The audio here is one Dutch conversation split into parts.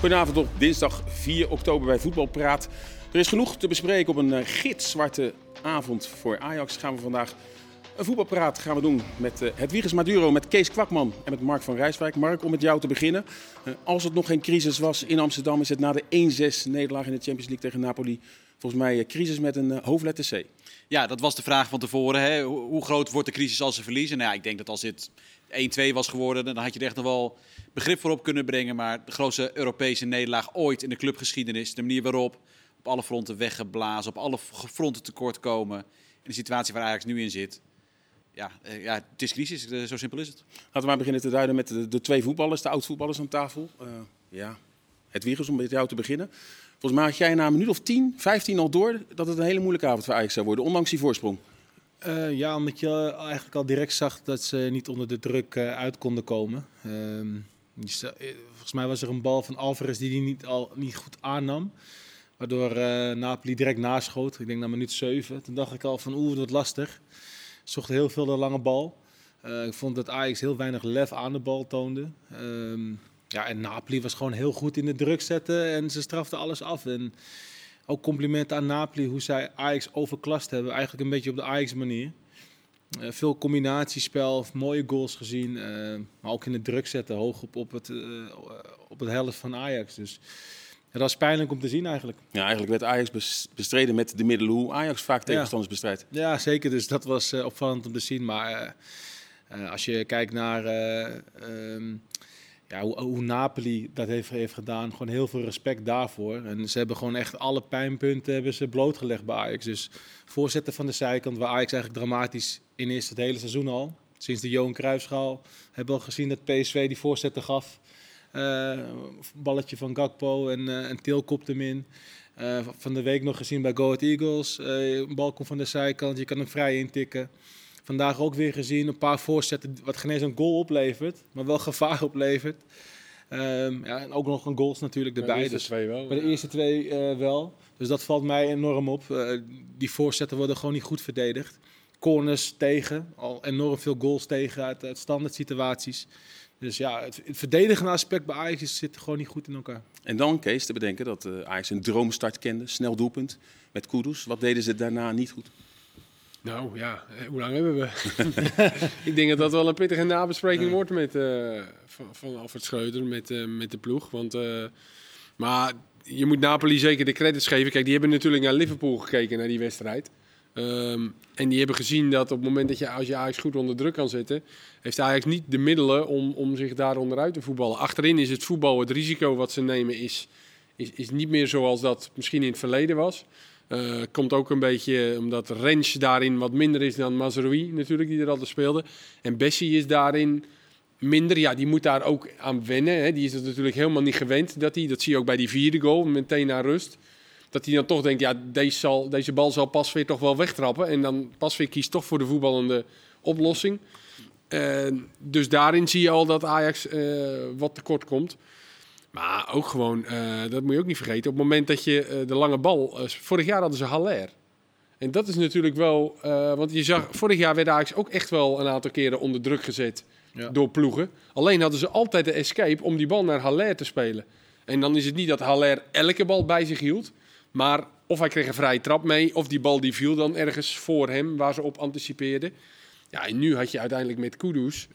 Goedenavond op dinsdag 4 oktober bij Voetbalpraat. Er is genoeg te bespreken op een gitzwarte avond voor Ajax. Gaan we vandaag een voetbalpraat gaan we doen met Hedwiges Maduro, met Kees Kwakman en met Mark van Rijswijk. Mark, om met jou te beginnen. Als het nog geen crisis was in Amsterdam, is het na de 1-6 nederlaag in de Champions League tegen Napoli volgens mij crisis met een hoofdletter C. Ja, dat was de vraag van tevoren. Hè? Hoe groot wordt de crisis als ze verliezen? Nou ja, ik denk dat als dit 1-2 was geworden, dan had je er echt nog wel begrip voor op kunnen brengen. Maar de grootste Europese nederlaag ooit in de clubgeschiedenis. De manier waarop op alle fronten weggeblazen, op alle fronten tekortkomen. In de situatie waar Ajax nu in zit. Ja, het is crisis. Zo simpel is het. Laten we maar beginnen te duiden met de twee voetballers, de oud-voetballers aan tafel. Hedwiges, om met jou te beginnen. Volgens mij had jij na een minuut of 10, 15 al door dat het een hele moeilijke avond voor Ajax zou worden, ondanks die voorsprong. Ja, omdat je eigenlijk al direct zag dat ze niet onder de druk uit konden komen. Volgens mij was er een bal van Alvarez die niet goed aannam. Waardoor Napoli direct naschoot. Ik denk na minuut 7. Toen dacht ik al van dat wordt lastig. Zocht heel veel de lange bal. Ik vond dat Ajax heel weinig lef aan de bal toonde. En Napoli was gewoon heel goed in de druk zetten en ze straften alles af. En ook complimenten aan Napoli, hoe zij Ajax overklast hebben. Eigenlijk een beetje op de Ajax-manier. Veel combinatiespel, mooie goals gezien. Maar ook in de druk zetten, hoog op het helft van Ajax. Dus dat was pijnlijk om te zien eigenlijk. Ja, eigenlijk werd Ajax bestreden met de middelen hoe Ajax vaak tegenstanders bestrijdt. Ja, zeker. Dus dat was opvallend om te zien. Maar als je kijkt naar hoe Napoli dat heeft gedaan, gewoon heel veel respect daarvoor. En ze hebben gewoon echt alle pijnpunten hebben ze blootgelegd bij Ajax. Dus voorzetten van de zijkant, waar Ajax eigenlijk dramatisch in is het hele seizoen al. Sinds de Johan Cruijffschaal hebben we al gezien dat PSV die voorzetten gaf. Balletje van Gakpo en Til kopte hem in. Van de week nog gezien bij Go Ahead Eagles. Een bal komt van de zijkant, je kan hem vrij intikken. Vandaag ook weer gezien, een paar voorzetten wat geen eens een goal oplevert, maar wel gevaar oplevert. En ook nog een goals natuurlijk erbij. Bij de eerste twee wel. Bij de eerste twee wel. Dus dat valt mij enorm op. Die voorzetten worden gewoon niet goed verdedigd. Corners tegen, al enorm veel goals tegen uit standaard situaties. Dus ja, het verdedigende aspect bij Ajax zit gewoon niet goed in elkaar. En dan, Kees, te bedenken dat Ajax een droomstart kende, snel doelpunt met Kudus. Wat deden ze daarna niet goed? Nou ja, hoe lang hebben we? Ik denk dat dat wel een pittige nabespreking wordt met van Alfred Schreuder met de ploeg. Maar je moet Napoli zeker de credits geven. Kijk, die hebben natuurlijk naar Liverpool gekeken, naar die wedstrijd. En die hebben gezien dat op het moment dat als je Ajax goed onder druk kan zetten, heeft Ajax niet de middelen om zich daar onderuit te voetballen. Achterin is het voetbal, het risico wat ze nemen, is niet meer zoals dat misschien in het verleden was. Komt ook een beetje omdat Rens daarin wat minder is dan Mazraoui natuurlijk, die er altijd speelde. En Bessie is daarin minder. Ja, die moet daar ook aan wennen. Hè. Die is het natuurlijk helemaal niet gewend. Dat zie je ook bij die vierde goal, meteen naar rust. Dat hij dan toch denkt, ja, deze bal zal Pasveer toch wel wegtrappen. En dan Pasveer kiest toch voor de voetballende oplossing. Dus daarin zie je al dat Ajax wat tekort komt. Maar ook gewoon, dat moet je ook niet vergeten, op het moment dat je de lange bal... vorig jaar hadden ze Haller. En dat is natuurlijk wel... want je zag, vorig jaar werd Ajax ook echt wel een aantal keren onder druk gezet door ploegen. Alleen hadden ze altijd de escape om die bal naar Haller te spelen. En dan is het niet dat Haller elke bal bij zich hield. Maar of hij kreeg een vrije trap mee, of die bal die viel dan ergens voor hem, waar ze op anticipeerden. Ja, en nu had je uiteindelijk met Kudus...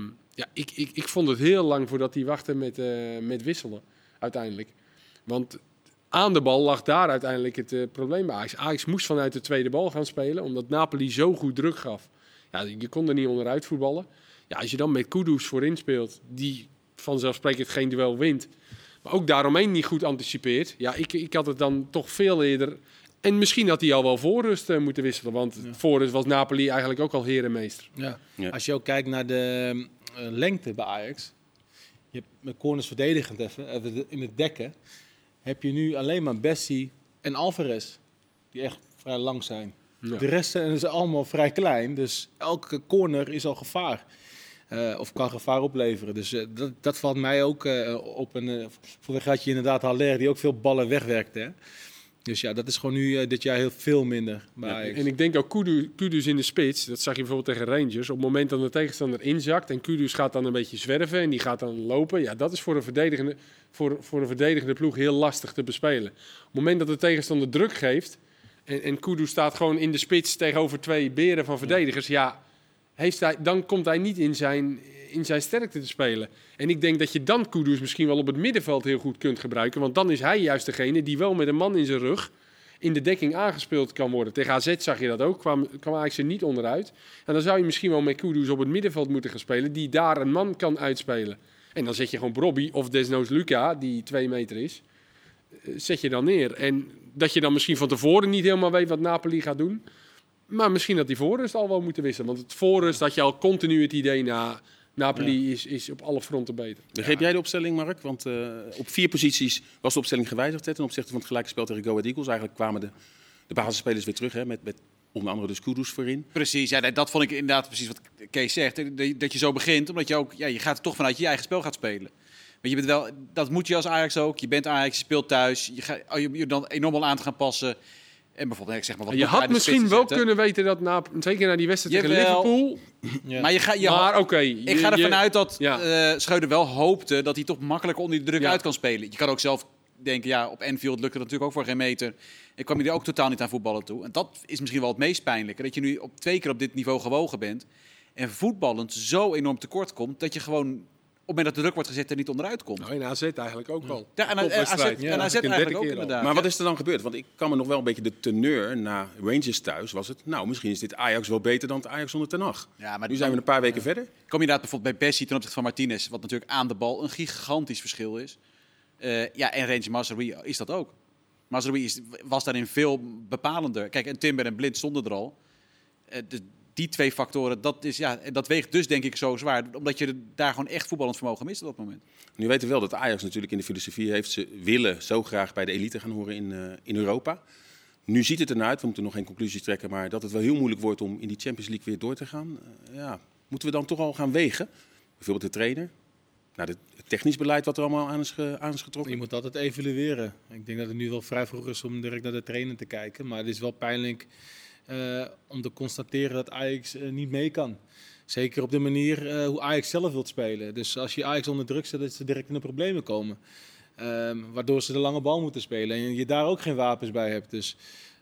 Ik vond het heel lang voordat hij wachtte met wisselen, uiteindelijk. Want aan de bal lag daar uiteindelijk het probleem bij Ajax. Ajax moest vanuit de tweede bal gaan spelen, omdat Napoli zo goed druk gaf. Ja, je kon er niet onderuit voetballen. Ja, als je dan met Kudus voorin speelt, die vanzelfsprekend geen duel wint, maar ook daaromheen niet goed anticipeert. Ja, ik had het dan toch veel eerder... En misschien had hij al wel voor rust moeten wisselen, want voor rust was Napoli eigenlijk ook al herenmeester. Ja. Als je ook kijkt naar de lengte bij Ajax, je hebt met corners verdedigend even in het dekken, heb je nu alleen maar Bessie en Alvarez, die echt vrij lang zijn. Ja. De rest zijn ze allemaal vrij klein, dus elke corner is al gevaar. Of kan gevaar opleveren. Dus dat valt mij ook op. Vorig had je inderdaad Haller, die ook veel ballen wegwerkte. Hè? Dus ja, dat is gewoon nu dit jaar heel veel minder bij Ajax. En ik denk ook Kudus in de spits, dat zag je bijvoorbeeld tegen Rangers. Op het moment dat de tegenstander inzakt en Kudus gaat dan een beetje zwerven en die gaat dan lopen. Ja, dat is voor een verdedigende ploeg heel lastig te bespelen. Op het moment dat de tegenstander druk geeft en Kudus staat gewoon in de spits tegenover 2 beren van verdedigers. Ja, dan komt hij niet in zijn sterkte te spelen. En ik denk dat je dan Kudus misschien wel op het middenveld heel goed kunt gebruiken. Want dan is hij juist degene die wel met een man in zijn rug in de dekking aangespeeld kan worden. Tegen AZ zag je dat ook, kwam eigenlijk er niet onderuit. En dan zou je misschien wel met Kudus op het middenveld moeten gaan spelen, die daar een man kan uitspelen. En dan zet je gewoon Brobby of desnoods Luca, die 2 meter is, zet je dan neer. En dat je dan misschien van tevoren niet helemaal weet wat Napoli gaat doen. Maar misschien dat die voorrust al wel moeten wisselen. Want het voorrust had je al continu het idee Napoli is op alle fronten beter. Begreep jij de opstelling, Mark? Want op 4 posities was de opstelling gewijzigd ten opzichte van het gelijke spel tegen Go Ahead Eagles. Eigenlijk kwamen de basisspelers weer terug, hè, met onder andere de Kudus voorin. Precies, ja, dat vond ik inderdaad precies wat Kees zegt. Dat je zo begint, omdat je ook, je gaat toch vanuit je eigen spel gaat spelen. Want je bent wel, dat moet je als Ajax ook. Je bent Ajax, je speelt thuis. Je dan enorm al aan te gaan passen. En bijvoorbeeld, ik zeg maar wat. Je had misschien wel kunnen weten dat zeker na die wedstrijd tegen Liverpool. Ja. Maar oké. Ik ga ervan uit dat Schreuder wel hoopte dat hij toch makkelijker onder de druk uit kan spelen. Je kan ook zelf denken, op Anfield lukte dat natuurlijk ook voor geen meter. Ik kwam hier ook totaal niet aan voetballen toe. En dat is misschien wel het meest pijnlijke. Dat je nu 2 keer op dit niveau gewogen bent. En voetballend zo enorm tekort komt dat je gewoon op het moment dat de druk wordt gezet er niet onderuit komt. Nou, in AZ eigenlijk ook wel. Ja, en AZ eigenlijk ook inderdaad. Maar wat is er dan gebeurd? Want ik kan me nog wel een beetje de teneur na Rangers thuis was het. Nou, misschien is dit Ajax wel beter dan het Ajax zonder Ten Hag. Ja, maar nu zijn we een paar weken verder. Kom je inderdaad bijvoorbeeld bij Bessie ten opzichte van Martinez, wat natuurlijk aan de bal een gigantisch verschil is. En Rangers Mazraoui is dat ook. Mazraoui was daarin veel bepalender. Kijk, en Timber en Blind stonden er al. Die 2 factoren, dat weegt dus denk ik zo zwaar. Omdat je daar gewoon echt voetballend vermogen mist op dat moment. Nu weten we wel dat Ajax natuurlijk in de filosofie heeft. Ze willen zo graag bij de elite gaan horen in Europa. Nu ziet het ernaar uit, we moeten nog geen conclusies trekken. Maar dat het wel heel moeilijk wordt om in die Champions League weer door te gaan. Moeten we dan toch al gaan wegen? Bijvoorbeeld de trainer. Nou, het technisch beleid wat er allemaal aan is getrokken. Je moet altijd evalueren. Ik denk dat het nu wel vrij vroeg is om direct naar de trainer te kijken. Maar het is wel pijnlijk om te constateren dat Ajax niet mee kan. Zeker op de manier hoe Ajax zelf wilt spelen. Dus als je Ajax onder druk zet, dat ze direct in de problemen komen. Waardoor ze de lange bal moeten spelen en je daar ook geen wapens bij hebt. Dus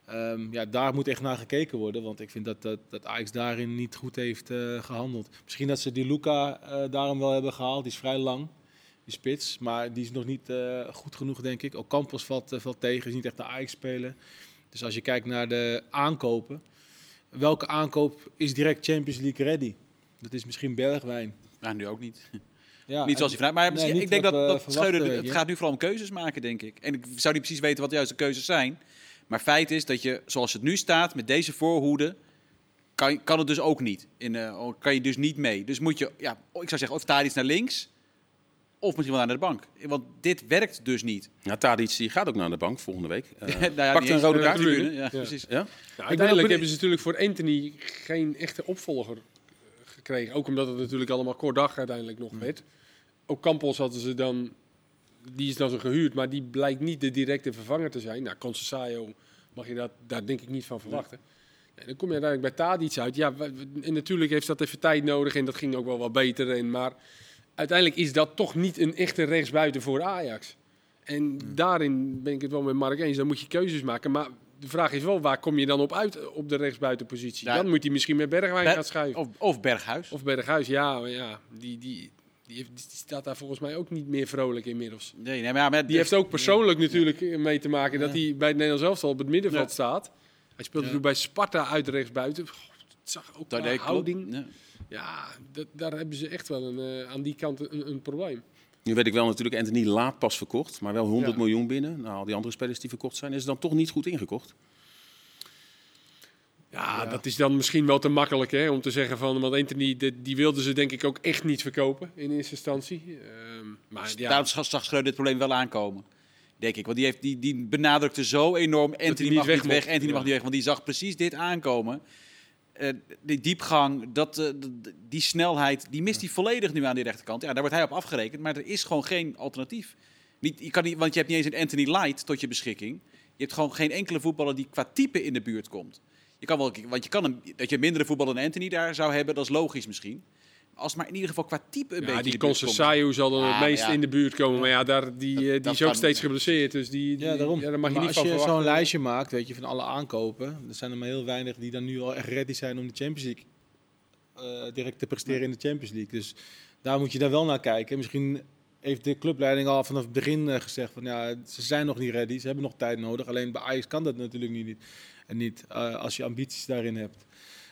daar moet echt naar gekeken worden. Want ik vind dat Ajax daarin niet goed heeft gehandeld. Misschien dat ze die Luca daarom wel hebben gehaald. Die is vrij lang, die spits. Maar die is nog niet goed genoeg, denk ik. Ook Campos valt tegen, is niet echt de Ajax spelen. Dus als je kijkt naar de aankopen. Welke aankoop is direct Champions League ready? Dat is misschien Bergwijn. Nou, nu ook niet. Ja, niet zoals hij vanuit. Maar ik denk dat Schreuder, het ja. gaat nu vooral om keuzes maken, denk ik. En ik zou niet precies weten wat de juiste keuzes zijn. Maar feit is dat je, zoals het nu staat, met deze voorhoede, kan het dus ook niet. Kan je dus niet mee. Dus moet je, ik zou zeggen, of Tadic naar links, of misschien wel naar de bank. Want dit werkt dus niet. Nou, Tadic die gaat ook naar de bank volgende week. Nou Pakt een rode kaart. Ja, precies. Ja? Uiteindelijk hebben ze natuurlijk voor Anthony geen echte opvolger gekregen. Ook omdat het natuurlijk allemaal kort dag uiteindelijk nog werd. Ook Campos hadden ze dan, die is dan zo gehuurd, maar die blijkt niet de directe vervanger te zijn. Nou, Conceição mag je daar denk ik niet van verwachten. Ja, dan kom je uiteindelijk bij Tadic uit. Ja, en natuurlijk heeft dat even tijd nodig en dat ging ook wel wat beter. Maar uiteindelijk is dat toch niet een echte rechtsbuiten voor Ajax. En daarin ben ik het wel met Mark eens. Dan moet je keuzes maken. Maar de vraag is wel, waar kom je dan op uit op de rechtsbuitenpositie? Dan moet hij misschien met Bergwijn gaan schuiven. Of Berghuis. Of Berghuis, die staat daar volgens mij ook niet meer vrolijk inmiddels. Nee, maar die heeft ook persoonlijk natuurlijk mee te maken dat hij bij het Nederlands elftal op het middenveld staat. Hij speelde toen bij Sparta uit rechtsbuiten. Het zag ook qua houding. Ja, daar hebben ze echt wel aan die kant een probleem. Nu weet ik wel natuurlijk, Anthony laat pas verkocht, maar wel 100 miljoen binnen. Nou, al die andere spelers die verkocht zijn, is het dan toch niet goed ingekocht? Ja, dat is dan misschien wel te makkelijk om te zeggen van, want Anthony, die wilden ze denk ik ook echt niet verkopen in eerste instantie. Maar daarom zag Schreuder dit probleem wel aankomen, denk ik. Want die benadrukte zo enorm, Anthony mag niet weg, Anthony mag niet weg, want die zag precies dit aankomen. Die diepgang, die snelheid, die mist hij volledig nu aan die rechterkant. Ja, daar wordt hij op afgerekend, maar er is gewoon geen alternatief. Want je hebt niet eens een Anthony Light tot je beschikking. Je hebt gewoon geen enkele voetballer die qua type in de buurt komt. Je kan wel, want dat je mindere voetballer dan Anthony daar zou hebben, dat is logisch misschien. Als maar in ieder geval qua type een beetje die in de buurt komt. Conceição zal dan het meest in de buurt komen. Maar ja, die Dat is ook kan- steeds geblesseerd. Dus daarom. daar mag je Maar niet als van je verwachten. zo'n lijstje maakt, weet je, van alle aankopen, er zijn er maar heel weinig die dan nu al echt ready zijn om de Champions League direct te presteren in de Champions League. Dus daar moet je daar wel naar kijken. Misschien heeft de clubleiding al vanaf het begin gezegd van ja, ze zijn nog niet ready, ze hebben nog tijd nodig. Alleen bij Ajax kan dat natuurlijk niet. En niet als je ambities daarin hebt.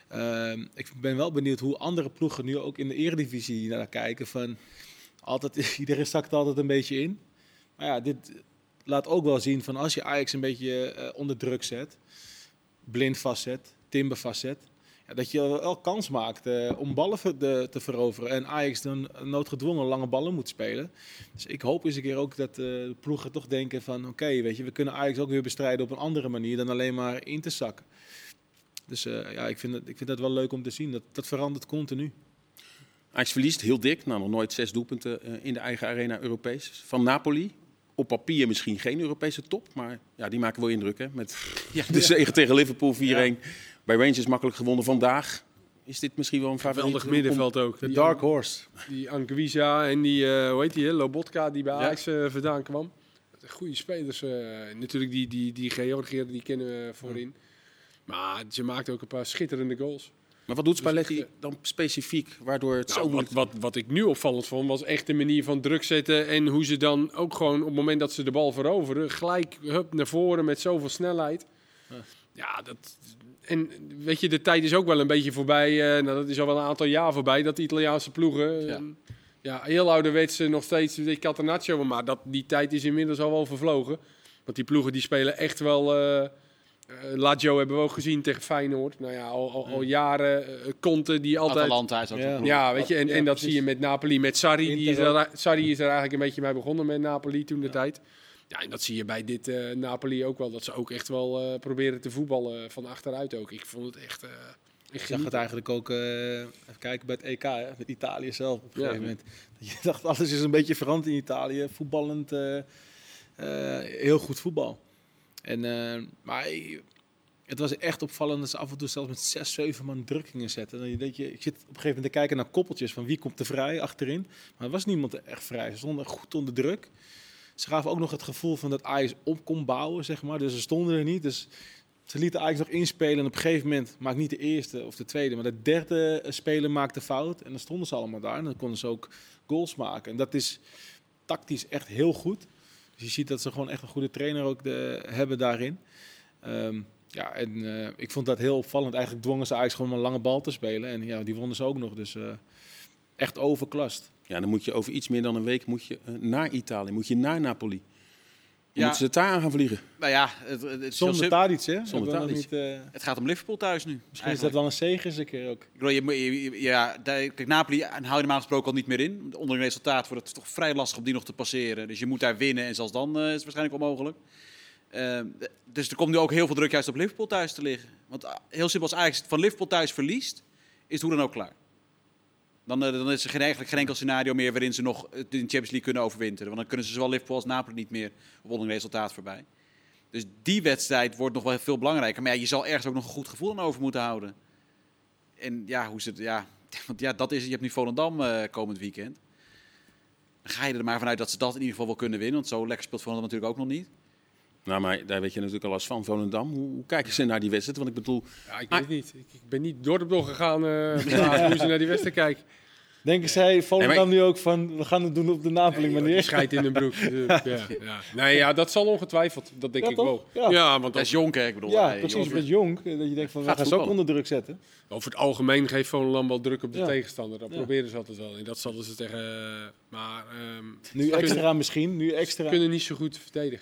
Ik ben wel benieuwd hoe andere ploegen nu ook in de Eredivisie naar kijken. Van iedereen zakt altijd een beetje in. Maar ja, dit laat ook wel zien van als je Ajax een beetje onder druk zet, Blind vastzet, Timber vastzet, ja, dat je wel kans maakt om ballen te veroveren. En Ajax dan noodgedwongen lange ballen moet spelen. Dus ik hoop eens een keer ook dat de ploegen toch denken van oké, weet je, we kunnen Ajax ook weer bestrijden op een andere manier dan alleen maar in te zakken. Dus ik vind dat wel leuk om te zien. Dat verandert continu. Ajax verliest heel dik. Nou, nog nooit 6 doelpunten in de eigen arena Europees. Van Napoli. Op papier misschien geen Europese top. Maar ja, die maken wel indruk. Hè? Met de zege tegen Liverpool 4-1. Ja. Bij Rangers makkelijk gewonnen vandaag. Is dit misschien wel een favoriet? Geweldig middenveld ook. De Dark Horse. Die Anguissa en die, hoe heet die, Lobotka, die bij Ajax vandaan kwam. Goede spelers. Natuurlijk die Georgiër, die kennen we voorin. Maar ze maakt ook een paar schitterende goals. Maar wat doet Spalletti dan specifiek? Waardoor het zo moeilijk... Wat ik nu opvallend vond, was echt de manier van druk zetten. En hoe ze dan ook gewoon op het moment dat ze de bal veroveren, gelijk naar voren met zoveel snelheid. Ja, en weet je, de tijd is ook wel een beetje voorbij. Dat is al wel een aantal jaar voorbij, dat de Italiaanse ploegen... heel ouderwets nog steeds de Catenaccio. Maar die tijd is inmiddels al wel vervlogen. Want die ploegen die spelen echt wel... Lazio hebben we ook gezien tegen Feyenoord. Nou ja, al jaren. Conte die altijd... Atalanta is ook zo'n ploeg. Ja, weet je, en dat precies. zie je met Napoli, met Sarri. Sarri is er eigenlijk een beetje mee begonnen met Napoli toen de tijd. Ja, en dat zie je bij dit Napoli ook wel. Dat ze ook echt wel proberen te voetballen van achteruit ook. Ik vond het echt... Ik zag het eigenlijk ook, even kijken bij het EK, hè, met Italië zelf op een gegeven moment. Dat je dacht, alles is een beetje veranderd in Italië. Voetballend, heel goed voetbal. Maar het was echt opvallend dat ze af en toe zelfs met 6, 7 man drukkingen zetten. Ik zit op een gegeven moment te kijken naar koppeltjes van wie komt er vrij achterin. Maar er was niemand echt vrij. Ze stonden goed onder druk. Ze gaven ook nog het gevoel van dat Ajax op kon bouwen, zeg maar. Dus ze stonden er niet. Dus ze lieten Ajax nog inspelen. En op een gegeven moment maakt niet de eerste of de tweede, maar de derde speler maakte fout. En dan stonden ze allemaal daar. En dan konden ze ook goals maken. En dat is tactisch echt heel goed. Dus je ziet dat ze gewoon echt een goede trainer ook hebben daarin. Ik vond dat heel opvallend. Eigenlijk dwongen ze Ajax gewoon een lange bal te spelen. En ja, die wonnen ze ook nog. Dus echt overklast. Ja, dan moet je over iets meer dan een week naar Italië. Moet je naar Napoli. Dan Ja. moeten ze het daar aan gaan vliegen. Nou ja, het is heel Zonder simpel. Tadic, hè? Zonder Hebben we nog Tadic. niet, Het gaat om Liverpool thuis nu. misschien is dat wel een zege eens een keer ook. Ik bedoel, kijk, Napoli hou je normaal gesproken al niet meer in. Onder een resultaat wordt het toch vrij lastig om die nog te passeren. Dus je moet daar winnen en zelfs dan is het waarschijnlijk onmogelijk. Dus er komt nu ook heel veel druk juist op Liverpool thuis te liggen. Want heel simpel, als Ajax van Liverpool thuis verliest, is het hoe dan ook klaar. Dan is er eigenlijk geen enkel scenario meer waarin ze nog de Champions League kunnen overwinteren. Want dan kunnen ze zowel Liverpool als Napoli niet meer op onder een resultaat voorbij. Dus die wedstrijd wordt nog wel veel belangrijker. Maar ja, je zal ergens ook nog een goed gevoel aan over moeten houden. En ja, want ja, dat is, je hebt nu Volendam komend weekend. Dan ga je er maar vanuit dat ze dat in ieder geval wel kunnen winnen. Want zo lekker speelt Volendam natuurlijk ook nog niet. Nou, maar daar weet je natuurlijk al als van Volendam. Hoe kijken ze naar die wedstrijd? Want ik bedoel, Ja, ik weet het niet. Ik ben niet door op doorgegaan hoe ze naar die wedstrijd kijken. Denken zij Volendam nu ook van, we gaan het doen op de Napoli Die manier? scheidt in een broek. Nee, ja, dat zal ongetwijfeld. Dat denk Ja, ik toch? wel. Ja. Ja, want Dat is Jonk, hè? Ik bedoel, Ja, hey, precies, jongens, met Jong. Dat je denkt van, we Gaat gaan ze ook voetballen. onder druk zetten. over het algemeen geeft Volendam wel druk op de Ja. tegenstander. Dat Ja. proberen ze altijd wel. En dat zullen ze tegen... maar Nu extra misschien, nu ze extra. kunnen niet zo goed verdedigen.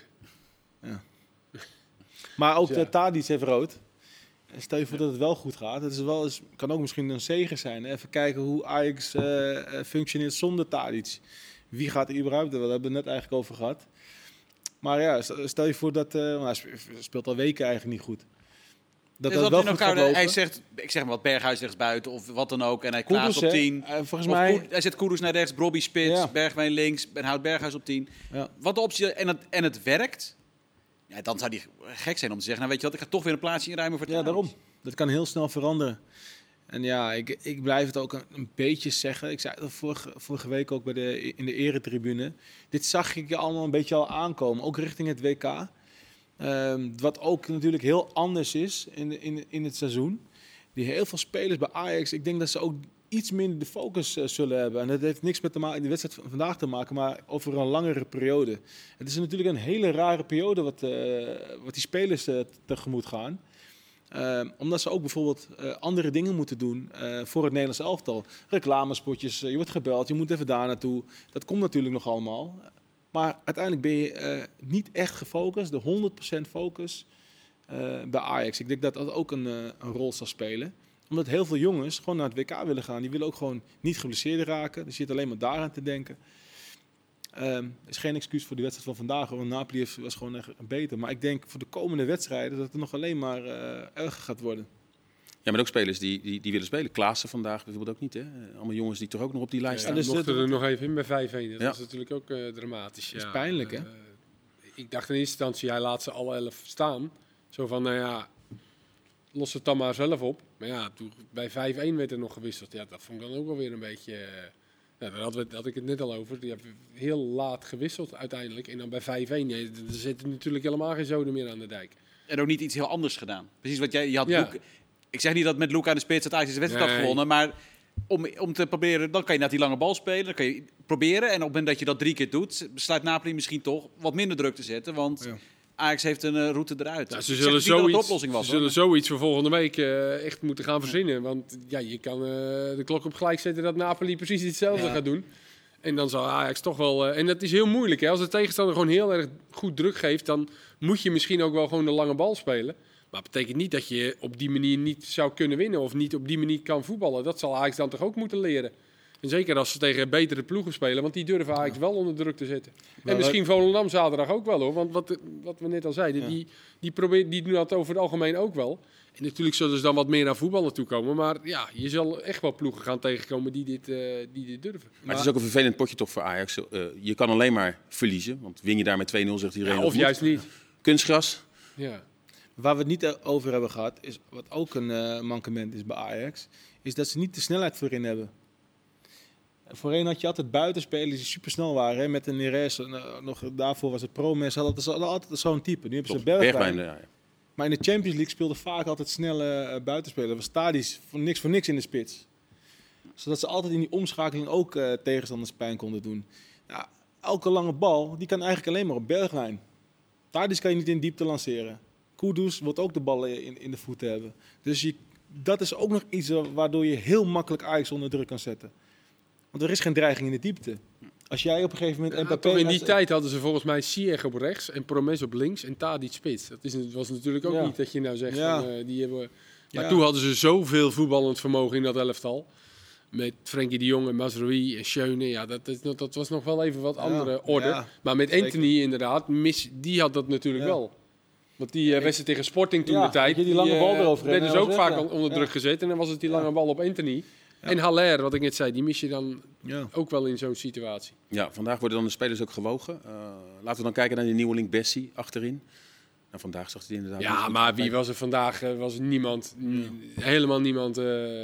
Maar ook Ja. de Tadic heeft rood. Stel je voor dat het wel goed gaat. Het is wel eens, kan ook misschien een zege zijn. Hè? Even kijken hoe Ajax functioneert zonder Tadic. Wie gaat er überhaupt? Daar hebben we het net eigenlijk over gehad. Maar ja, stel je voor dat... want hij speelt al weken eigenlijk niet goed. Dat Dus dat dat wel in goed elkaar, gaat lopen. hij zegt, ik zeg maar wat, Berghuis rechts buiten of wat dan ook. En hij Kudus, Klaas op hè? 10. Volgens Of mij... hij zet Kudus naar rechts, Brobby spits, Ja. Bergwijn links en houdt Berghuis op 10. Ja. Wat de optie en het werkt. Ja, dan zou die gek zijn om te zeggen, nou weet je wat, ik ga toch weer een plaatsje inruimen voor het Ja, Ajax. daarom. Dat kan heel snel veranderen. En ja, ik blijf het ook een beetje zeggen. Ik zei het vorige week ook in de eretribune. Dit zag ik allemaal een beetje al aankomen, ook richting het WK. Wat ook natuurlijk heel anders is in het seizoen. Die heel veel spelers bij Ajax, ik denk dat ze ook iets minder de focus zullen hebben. En dat heeft niks met de wedstrijd van vandaag te maken, maar over een langere periode. Het is natuurlijk een hele rare periode wat die spelers tegemoet gaan. Omdat ze ook bijvoorbeeld andere dingen moeten doen voor het Nederlands elftal. Reclamespotjes, je wordt gebeld, je moet even daar naartoe. Dat komt natuurlijk nog allemaal. Maar uiteindelijk ben je niet echt gefocust, de 100% focus bij Ajax. Ik denk dat dat ook een rol zal spelen. Omdat heel veel jongens gewoon naar het WK willen gaan. Die willen ook gewoon niet geblesseerd raken. Dus je zit alleen maar daaraan te denken. Is geen excuus voor die wedstrijd van vandaag. Want Napoli was gewoon echt beter. Maar ik denk voor de komende wedstrijden dat het nog alleen maar erger gaat worden. Ja, maar ook spelers die willen spelen. Klaassen vandaag bijvoorbeeld ook niet. Hè? Allemaal jongens die toch ook nog op die lijst Ja, staan. dus mochten dat- er nog even in bij 5-1. Dat Ja. was natuurlijk ook dramatisch. Dat is ja. pijnlijk, hè? Ik dacht in eerste instantie, hij laat ze alle 11 staan. Zo van, nou ja, los het dan maar zelf op. Maar ja, toen bij 5-1 werd er nog gewisseld. Ja, dat vond ik dan ook wel weer een beetje... ja, daar had ik het net al over. Die hebben heel laat gewisseld uiteindelijk. En dan bij 5-1, ja, er zit natuurlijk helemaal geen zoden meer aan de dijk. En ook niet iets heel anders gedaan. Precies wat je had. Ja. Luc, ik zeg niet dat met Luca aan de spits het Ajax de wedstrijd had Nee. gewonnen, maar om te proberen, dan kan je naar die lange bal spelen. Dan kan je proberen. En op het moment dat je dat 3 keer doet, besluit Napoli misschien toch wat minder druk te zetten. Want Ja. Ajax heeft een route eruit. Ja, Dus ze ik zullen zeg niet dat het de zoiets, oplossing was. ze hoor. zullen zoiets voor volgende week echt moeten gaan verzinnen. Want ja, je kan de klok op gelijk zetten dat Napoli precies hetzelfde gaat doen. En dan zal Ajax toch wel... en dat is heel moeilijk. Hè? Als de tegenstander gewoon heel erg goed druk geeft, dan moet je misschien ook wel gewoon de lange bal spelen. Maar dat betekent niet dat je op die manier niet zou kunnen winnen of niet op die manier kan voetballen. Dat zal Ajax dan toch ook moeten leren. En zeker als ze tegen betere ploegen spelen, want die durven Ajax wel onder druk te zetten. Maar en misschien Volendam zaterdag ook wel hoor. Want wat we net al zeiden, die doen dat over het algemeen ook wel. En natuurlijk zullen ze dan wat meer naar voetbal naartoe komen. Maar ja, je zal echt wel ploegen gaan tegenkomen die dit durven. Maar het is ook een vervelend potje toch voor Ajax. Je kan alleen maar verliezen. Want win je daar met 2-0, zegt iedereen. Ja, dat of moet. juist niet. Kunstgras. Ja. Waar we het niet over hebben gehad, is wat ook een mankement is bij Ajax, is dat ze niet de snelheid voorin hebben. Voorheen had je altijd buitenspelers die supersnel waren. Hè? Met een Neres, nog daarvoor was het Promes, hadden altijd zo'n type. Nu hebben ze Klopt. Bergwijn. Bergwijn, ja. Maar in de Champions League speelde vaak altijd snelle buitenspelers. Dat was Tadic voor niks in de spits. Zodat ze altijd in die omschakeling ook tegenstanders pijn konden doen. Ja, elke lange bal, die kan eigenlijk alleen maar op Bergwijn. Tadic kan je niet in diepte lanceren. Kudus wil ook de ballen in de voeten hebben. Dus dat is ook nog iets waardoor je heel makkelijk Ajax onder druk kan zetten. Want er is geen dreiging in de diepte. Als jij op een gegeven moment... Ja, Mbappé toch in die tijd hadden ze volgens mij Ziyech op rechts en Promes op links en Tadic spits. Was natuurlijk ook Ja. niet dat je nou zegt Ja. van, die hebben... Maar Ja. toen hadden ze zoveel voetballend vermogen in dat elftal. Met Frenkie de Jong en Mazraoui en Schöne. Ja, dat was nog wel even wat andere orde. Ja, Maar met zeker. Anthony inderdaad, die had dat natuurlijk Ja. wel. Want die wedstrijd tegen Sporting toen Ja, de tijd, die lange bal eroverheen, werden ze dat ook was vaak echt, ja. onder druk gezet. En dan was het die lange bal op Anthony. Ja. En Haller, wat ik net zei, die mis je dan Ja. ook wel in zo'n situatie. Ja, vandaag worden dan de spelers ook gewogen. Laten we dan kijken naar die nieuwe link Bessie achterin. Nou, vandaag zag hij inderdaad... niet Ja, goed maar uit. wie was er vandaag? Was niemand. Helemaal niemand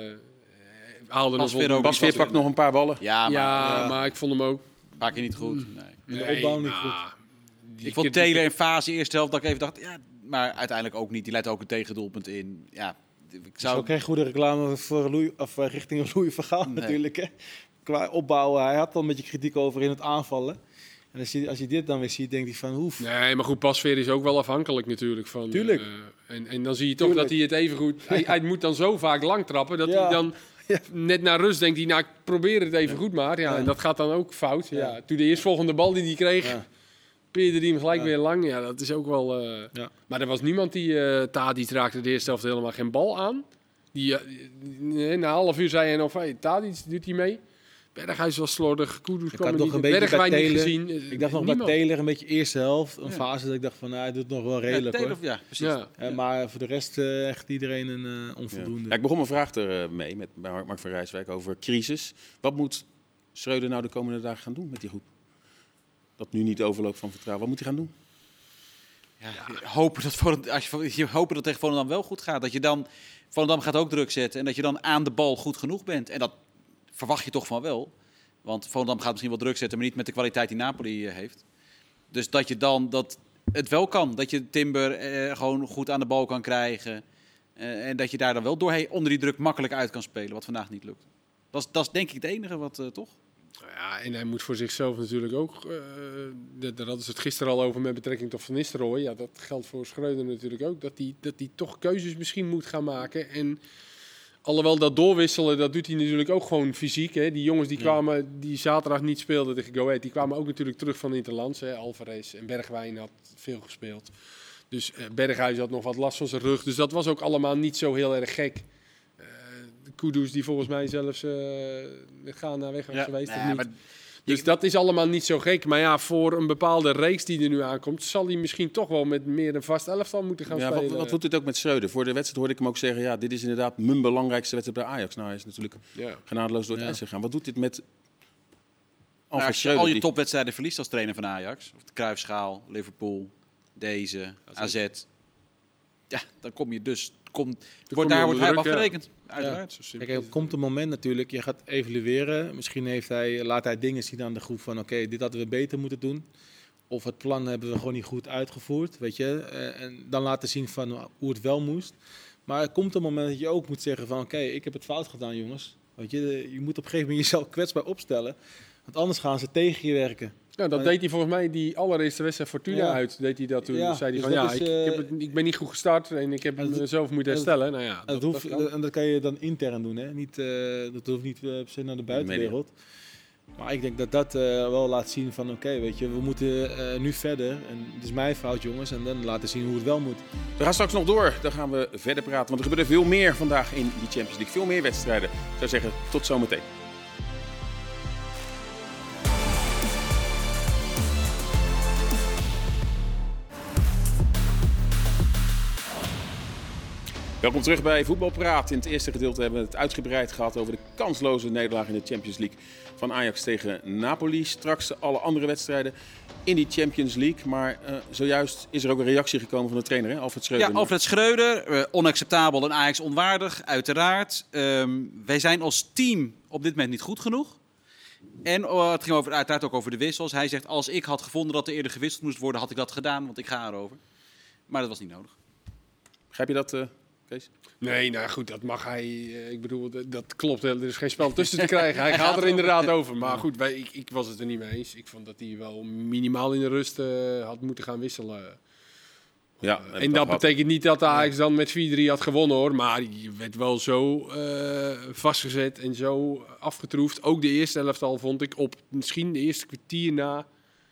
haalde Bas nog Veer ook. Bas Veer pakt nog een paar ballen. Ja, maar Ja, maar ik vond hem ook. een paar keer niet goed. Nee. In de opbouw niet nou, goed. Ik vond Taylor in fase eerste helft dat ik even dacht, ja, maar uiteindelijk ook niet. Die leidt ook een tegendoelpunt in. Ja, ik Dat is zou... ook geen goede reclame voor richting Louis van Gaal Nee. natuurlijk. Hè. Qua opbouwen, hij had al een beetje kritiek over in het aanvallen. En als je dit dan weer ziet, denkt hij van hoef. Nee, maar goed, Pasveer is ook wel afhankelijk natuurlijk. Van, Tuurlijk. En dan zie je toch Tuurlijk. dat hij het even goed... Hij moet dan zo vaak lang trappen dat Ja. hij dan... Ja. Net na rust denkt hij, nou ik probeer het even goed maar. Ja, Ja. en dat gaat dan ook fout. Ja. Ja. Toen de eerstvolgende bal die hij kreeg, Ja. peerde hij hem gelijk Ja. weer lang. Ja, dat is ook wel... Ja. Maar er was niemand die... Tadic raakte de eerste helft helemaal geen bal aan. Na een half uur zei hij nog van, hey, Tadic doet hij mee. Berghuis was slordig, Kudus Ik kwam had er nog niet. een beetje Bergwijn bij niet Taylor. gezien. Ik dacht nog Niemand. bij Taylor een beetje eerste helft. Een Ja. fase dat ik dacht van, nou, hij doet nog wel Ja, redelijk Taylor, hoor. ja, precies. Ja. Maar voor de rest echt iedereen een onvoldoende. Ja, ik begon mijn vraag ermee met Mark van Rijswijk over crisis. Wat moet Schreuder nou de komende dagen gaan doen met die groep? Dat nu niet overloopt van vertrouwen. Wat moet hij gaan doen? hopen dat tegen Volendam wel goed gaat. Dat je dan, Volendam gaat ook druk zetten en dat je dan aan de bal goed genoeg bent. En dat verwacht je toch van wel. Want Volendam gaat misschien wel druk zetten, maar niet met de kwaliteit die Napoli heeft. Dus dat je dan het wel kan. Dat je Timber gewoon goed aan de bal kan krijgen. En dat je daar dan wel doorheen onder die druk makkelijk uit kan spelen, wat vandaag niet lukt. Dat is denk ik het enige wat toch? Ja, en hij moet voor zichzelf natuurlijk ook... daar hadden ze het gisteren al over met betrekking tot Van Nistelrooy. Ja, dat geldt voor Schreuder natuurlijk ook. Dat hij toch keuzes misschien moet gaan maken. En alhoewel dat doorwisselen, dat doet hij natuurlijk ook gewoon fysiek. Hè. Die jongens die kwamen, die zaterdag niet speelden tegen Go Ahead, die kwamen ook natuurlijk terug van Interlands. Hè. Alvarez en Bergwijn had veel gespeeld. Dus Berghuis had nog wat last van zijn rug. Dus dat was ook allemaal niet zo heel erg gek. Kudus die volgens mij zelfs met Ghana weg was geweest. Of niet. Maar dus dat is allemaal niet zo gek. Maar ja, voor een bepaalde reeks die er nu aankomt, zal hij misschien toch wel met meer een vast elftal moeten gaan spelen. Wat doet dit ook met Schreuder? Voor de wedstrijd hoorde ik hem ook zeggen, ja, dit is inderdaad mijn belangrijkste wedstrijd bij Ajax. Nou, hij is natuurlijk genadeloos door het ijs gegaan. Wat doet dit met als je al je topwedstrijden verliest als trainer van Ajax, of de Cruijffschaal, Liverpool, deze, AZ, ja, dan kom je dus... Daar wordt hij afgerekend. Uiteraard. Ja. Kijk, er komt een moment natuurlijk, je gaat evalueren. Misschien laat hij dingen zien aan de groep van oké, dit hadden we beter moeten doen. Of het plan hebben we gewoon niet goed uitgevoerd, weet je. En dan laten zien van hoe het wel moest. Maar er komt een moment dat je ook moet zeggen van oké, ik heb het fout gedaan, jongens. Weet je, je moet op een gegeven moment jezelf kwetsbaar opstellen. Want anders gaan ze tegen je werken. Ja, dat deed hij volgens mij die allereerste wedstrijd Fortuna uit. Deed hij dat toen. Ja, zei hij dus van ik ben niet goed gestart en ik heb mezelf moeten herstellen. Nou ja, en dat kan je dan intern doen, hè? Niet, dat hoeft niet per se naar de buitenwereld. Maar ik denk dat wel laat zien van oké, weet je, we moeten nu verder. En het is mijn fout, jongens. En dan laten zien hoe het wel moet. We gaan straks nog door. Dan gaan we verder praten. Want er gebeurde veel meer vandaag in die Champions League. Veel meer wedstrijden. Ik zou zeggen, tot zometeen. Welkom terug bij Voetbalpraat. In het eerste gedeelte hebben we het uitgebreid gehad over de kansloze nederlaag in de Champions League van Ajax tegen Napoli. Straks alle andere wedstrijden in die Champions League. Maar zojuist is er ook een reactie gekomen van de trainer, hè? Alfred Schreuder. Ja, Alfred Schreuder. Onacceptabel en Ajax onwaardig, uiteraard. Wij zijn als team op dit moment niet goed genoeg. En het ging uiteraard ook over de wissels. Hij zegt, als ik had gevonden dat er eerder gewisseld moest worden, had ik dat gedaan, want ik ga erover. Maar dat was niet nodig. Begrijp je dat, Kees? Nee, nou goed, dat mag hij. Ik bedoel, dat klopt. Er is geen spel tussen te krijgen. Hij gaat er inderdaad over. Maar goed, ik was het er niet mee eens. Ik vond dat hij wel minimaal in de rust had moeten gaan wisselen. Ja, en dat betekent niet dat de Ajax dan met 4-3 had gewonnen, hoor. Maar je werd wel zo vastgezet en zo afgetroefd. Ook de eerste elftal vond ik op misschien de eerste kwartier na.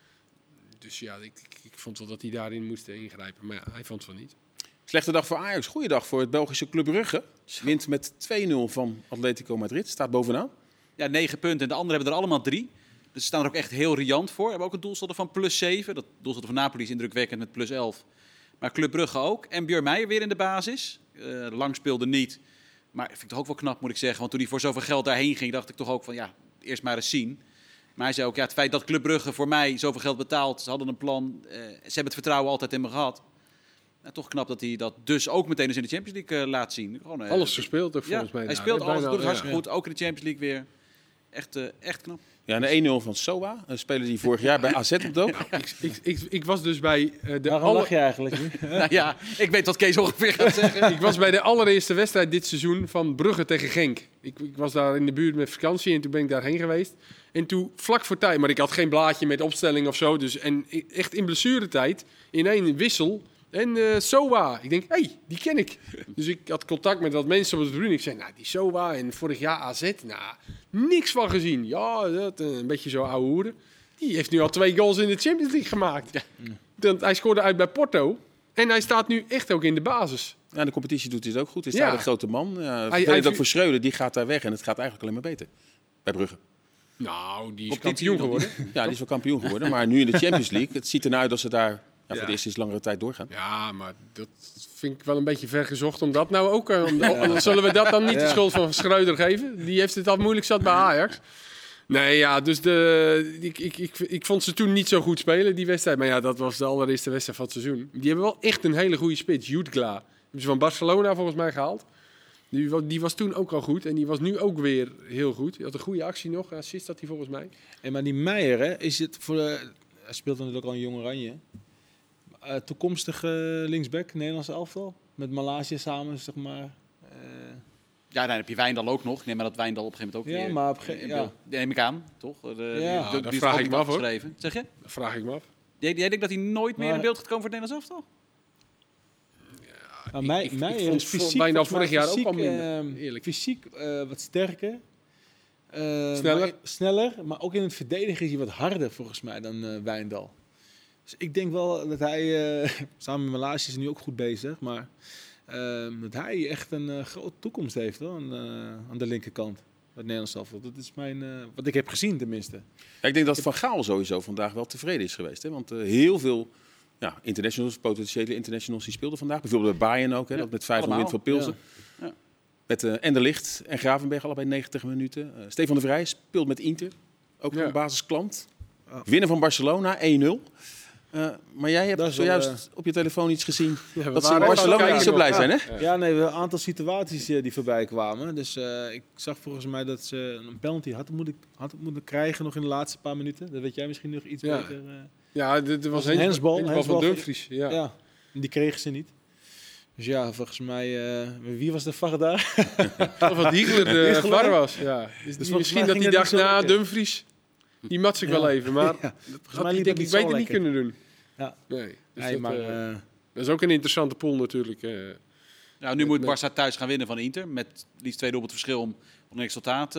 Dus ja, ik vond wel dat hij daarin moest ingrijpen. Maar ja, hij vond van niet. Slechte dag voor Ajax, goede dag voor het Belgische Club Brugge. Wint met 2-0 van Atletico Madrid, staat bovenaan. Ja, 9 punten en de anderen hebben er allemaal 3. Dus ze staan er ook echt heel riant voor. We hebben ook een doelsaldo van +7. Dat doelsaldo van Napoli is indrukwekkend met +11. Maar Club Brugge ook. En Björn Meijer weer in de basis. Lang speelde niet. Maar vind ik toch ook wel knap, moet ik zeggen. Want toen hij voor zoveel geld daarheen ging, dacht ik toch ook van ja, eerst maar eens zien. Maar hij zei ook, ja, het feit dat Club Brugge voor mij zoveel geld betaalt, ze hadden een plan. Ze hebben het vertrouwen altijd in me gehad. Nou, toch knap dat hij dat dus ook meteen eens in de Champions League laat zien. Gewoon, alles gespeeld ook volgens mij. Hij speelt alles, doet het hartstikke goed. Ook in de Champions League weer. Echt knap. Ja, en de 1-0 van Sowa, een speler die vorig jaar bij AZ op dook. Ik was dus bij Waarom lach je eigenlijk nu? Nou ja, ik weet wat Kees ongeveer gaat zeggen. Ik was bij de allereerste wedstrijd dit seizoen van Brugge tegen Genk. Ik was daar in de buurt met vakantie en toen ben ik daarheen geweest. En toen, vlak voor tijd, maar ik had geen blaadje met opstelling of zo. Dus, en echt in blessuretijd, in één wissel. En Sowa, ik denk, hey, die ken ik. Dus ik had contact met wat mensen op de tribune. Ik zei, nou, die Sowa en vorig jaar AZ, nou, niks van gezien. Ja, dat, een beetje zo ouwe hoeren. Die heeft nu al 2 goals in de Champions League gemaakt. Ja. Hij scoorde uit bij Porto. En hij staat nu echt ook in de basis. Ja, de competitie doet hij het ook goed. Hij staat een grote man. Ja, hij ook voor Schreuder, die gaat daar weg. En het gaat eigenlijk alleen maar beter bij Brugge. Nou, die is kampioen geworden. Ja, die is wel kampioen geworden. Maar nu in de Champions League, het ziet ernaar uit dat ze daar voor de eerste is langere tijd doorgaan. Ja, maar dat vind ik wel een beetje ver gezocht om dat nou ook... Zullen we dat dan niet de schuld van Schreuder geven? Die heeft het al moeilijk zat bij Ajax. Nee, ja, dus ik vond ze toen niet zo goed spelen, die wedstrijd. Maar ja, dat was de allereerste wedstrijd van het seizoen. Die hebben wel echt een hele goede spits, Jutgla. Hebben ze van Barcelona volgens mij gehaald. Die was toen ook al goed en die was nu ook weer heel goed. Die had een goede actie nog, assist had hij volgens mij. En maar die Meijer, hè, is het voor hij speelt natuurlijk al een Jong Oranje. Toekomstige linksback, Nederlands elftal. Met Malaysia samen, zeg maar. Ja, dan heb je Wijndal ook nog. Ik neem maar dat Wijndal op een gegeven moment ook Ja, weer... maar op ja. neem ik aan, toch? Ja, Die dat is vraag ook ik niet me af, hoor. afgeschreven. Zeg je? Dat vraag ik me af. Jij denkt dat hij nooit meer Maar- in beeld gaat komen voor het Nederlands elftal? Maar ik Meijer vond is fysiek Wijndal volgens mij vorig jaar ook al fysiek, minder, eerlijk. Fysiek wat sterker. Sneller. Maar, sneller, maar ook in het verdedigen is hij wat harder volgens mij dan Wijndal. Dus ik denk wel dat hij, samen met Malaysia is hij nu ook goed bezig, maar dat hij echt een grote toekomst heeft hoor, aan de linkerkant. Het Nederlands elftal. Dat is wat ik heb gezien tenminste. Ja, ik denk dat Van Gaal sowieso vandaag wel tevreden is geweest. Hè? Want heel veel internationals, potentiële internationals, die speelden vandaag. Bijvoorbeeld bij Bayern ook, hè, dat met 5-0 allemaal. wint van Pilsen. Ja. Met En de Ligt en Gravenberg allebei 90 minuten. Stefan de Vrij speelt met Inter. Ook Ja. een basisklant. Winnen van Barcelona, 1-0. Maar jij hebt Dat is zojuist wel, op je telefoon iets gezien Ja, we dat ze in waren Barcelona even niet zo blij kijken zijn, hè? Ja, nee, we hebben een aantal situaties die voorbij kwamen. Dus ik zag volgens mij dat ze een penalty had moeten krijgen nog in de laatste paar minuten. Dat weet jij misschien nog iets Ja. beter. Ja, dit was een handsbal van van- Dumfries. Ja. Ja, die kregen ze niet. Dus ja, volgens mij, wie was de VAR daar? Of wat Hiegler de Hiegler? VAR was. Ja. Dus volgens misschien mij dat ging hij dat dacht, niet zo nou, lekker. Dumfries, die mats ik wel even. Maar Ja, had hij liep denk het ik zo beter niet lekker. kunnen doen. Ja. Nee, dus Nee, dat, maar, dat is ook een interessante pool natuurlijk. Nou, nu moet Barça thuis gaan winnen van Inter. Met liefst 2 doelpunten verschil om een resultaat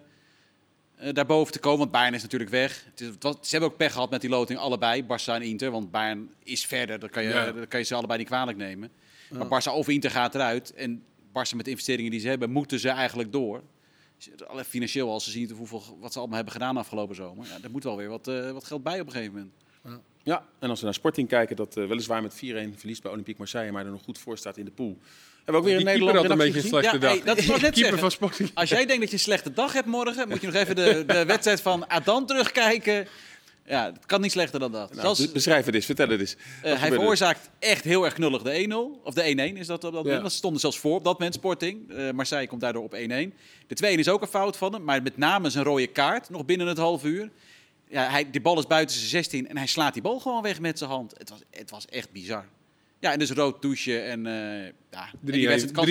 daarboven te komen. Want Bayern is natuurlijk weg. Ze hebben ook pech gehad met die loting, allebei. Barça en Inter. Want Bayern is verder. Dat kan je ze allebei niet kwalijk nemen. Ja. Maar Barça of Inter gaat eruit. En Barça met de investeringen die ze hebben, moeten ze eigenlijk door. Financieel, als ze zien wat ze allemaal hebben gedaan afgelopen zomer. Ja, er moet wel weer wat geld bij op een gegeven moment. Ja, en als we naar Sporting kijken, dat weliswaar met 4-1 verliest bij Olympique Marseille, maar er nog goed voor staat in de pool. Hebben we ook weer Die een keeper had Nederlander een beetje een slechte dag. hey, dat wou ik net Keeper zeggen. van Sporting. Als jij denkt dat je een slechte dag hebt morgen, moet je nog even de wedstrijd van Adan terugkijken. Ja, het kan niet slechter dan dat. Nou, beschrijf het eens, vertel het eens. Wat Hij gebeurde er? veroorzaakt echt heel erg knullig de 1-0. Of de 1-1 is dat op dat moment. Dat stond er zelfs voor op dat moment, Sporting. Marseille komt daardoor op 1-1. De 2-1 is ook een fout van hem. Maar met name zijn rode kaart, nog binnen het half uur. Ja, die bal is buiten zijn 16 en hij slaat die bal gewoon weg met zijn hand. Het was echt bizar. Ja, en dus rood douchen en... ja, 3-1, 4-1. Ja.